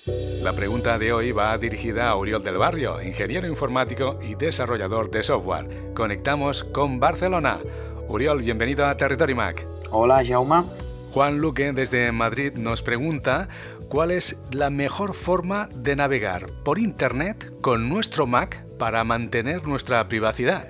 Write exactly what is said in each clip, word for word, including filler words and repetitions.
La pregunta de hoy va dirigida a Oriol del Barrio, ingeniero informático y desarrollador de software. Conectamos con Barcelona. Oriol, bienvenido a Territory Mac. Hola, Jaume. Juan Luque, desde Madrid, nos pregunta cuál es la mejor forma de navegar por Internet con nuestro Mac para mantener nuestra privacidad.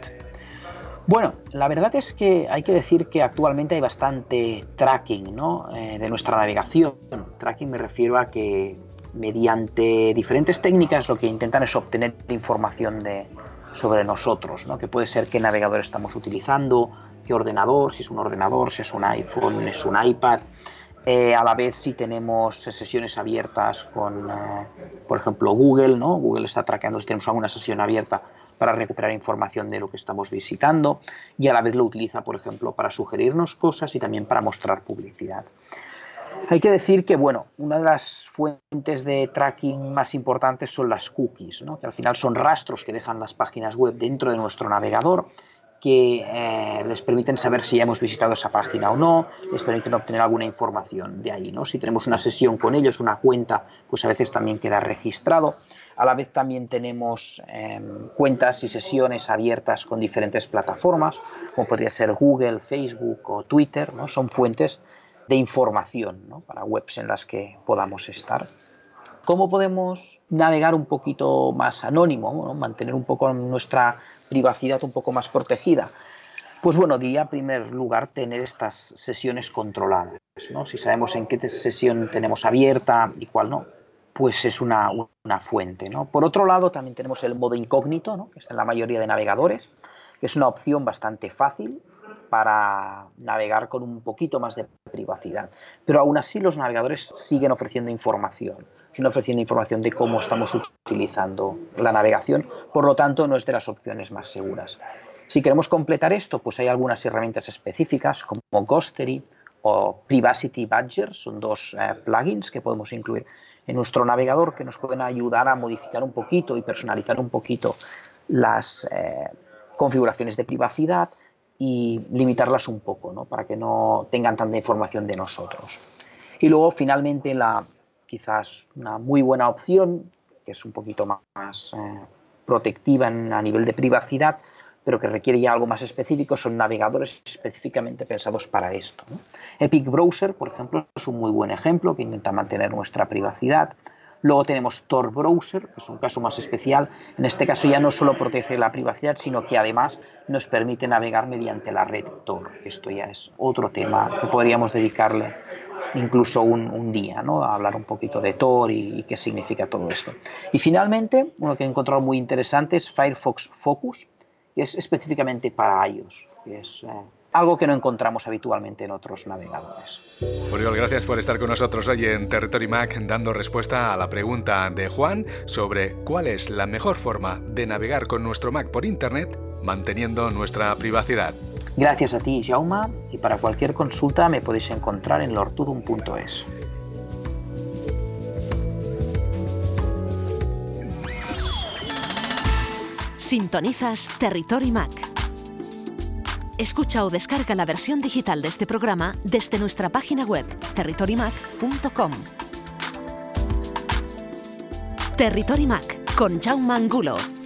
Bueno, la verdad es que hay que decir que actualmente hay bastante tracking, ¿no? eh, de nuestra navegación. Tracking me refiero a que mediante diferentes técnicas lo que intentan es obtener información de, sobre nosotros, ¿no? Que puede ser qué navegador estamos utilizando, qué ordenador, si es un ordenador, si es un iPhone, es un iPad. Eh, a la vez si tenemos sesiones abiertas con, eh, por ejemplo, Google, ¿no? Google está traqueando si tenemos alguna sesión abierta para recuperar información de lo que estamos visitando y a la vez lo utiliza, por ejemplo, para sugerirnos cosas y también para mostrar publicidad. Hay que decir que, bueno, una de las fuentes de tracking más importantes son las cookies, ¿no? Que al final son rastros que dejan las páginas web dentro de nuestro navegador que eh, les permiten saber si ya hemos visitado esa página o no, les permiten obtener alguna información de ahí, ¿no? Si tenemos una sesión con ellos, una cuenta, pues a veces también queda registrado. A la vez también tenemos eh, cuentas y sesiones abiertas con diferentes plataformas, como podría ser Google, Facebook o Twitter, ¿no? Son fuentes de información, ¿no? Para webs en las que podamos estar. ¿Cómo podemos navegar un poquito más anónimo, ¿no? Mantener un poco nuestra privacidad un poco más protegida? Pues bueno, diría en primer lugar tener estas sesiones controladas, ¿no? Si sabemos en qué sesión tenemos abierta y cuál no, pues es una, una fuente, ¿no? Por otro lado, también tenemos el modo incógnito, ¿no? Que está en la mayoría de navegadores, que es una opción bastante fácil para navegar con un poquito más de privacidad. Pero aún así los navegadores siguen ofreciendo información, siguen ofreciendo información de cómo estamos utilizando la navegación, por lo tanto no es de las opciones más seguras. Si queremos completar esto, pues hay algunas herramientas específicas como Ghostery o Privacy Badger, son dos eh, plugins que podemos incluir en nuestro navegador que nos pueden ayudar a modificar un poquito y personalizar un poquito las eh, configuraciones de privacidad y limitarlas un poco, ¿no? Para que no tengan tanta información de nosotros. Y luego, finalmente, la quizás una muy buena opción, que es un poquito más eh, protectiva en, a nivel de privacidad, pero que requiere ya algo más específico, son navegadores específicamente pensados para esto, ¿no? Epic Browser, por ejemplo, es un muy buen ejemplo que intenta mantener nuestra privacidad. Luego tenemos Tor Browser, que es un caso más especial. En este caso ya no solo protege la privacidad, sino que además nos permite navegar mediante la red Tor. Esto ya es otro tema que podríamos dedicarle incluso un, un día, ¿no? A hablar un poquito de Tor y, y qué significa todo esto. Y finalmente, uno que he encontrado muy interesante es Firefox Focus, que es específicamente para iOS, que es eh, algo que no encontramos habitualmente en otros navegadores. Oriol, gracias por estar con nosotros hoy en Territory Mac dando respuesta a la pregunta de Juan sobre cuál es la mejor forma de navegar con nuestro Mac por Internet manteniendo nuestra privacidad. Gracias a ti, Jaume, y para cualquier consulta me podéis encontrar en lortudum punto es. Sintonizas Territory Mac. Escucha o descarga la versión digital de este programa desde nuestra página web territory mac punto com. Territory Mac con Jaume Angulo.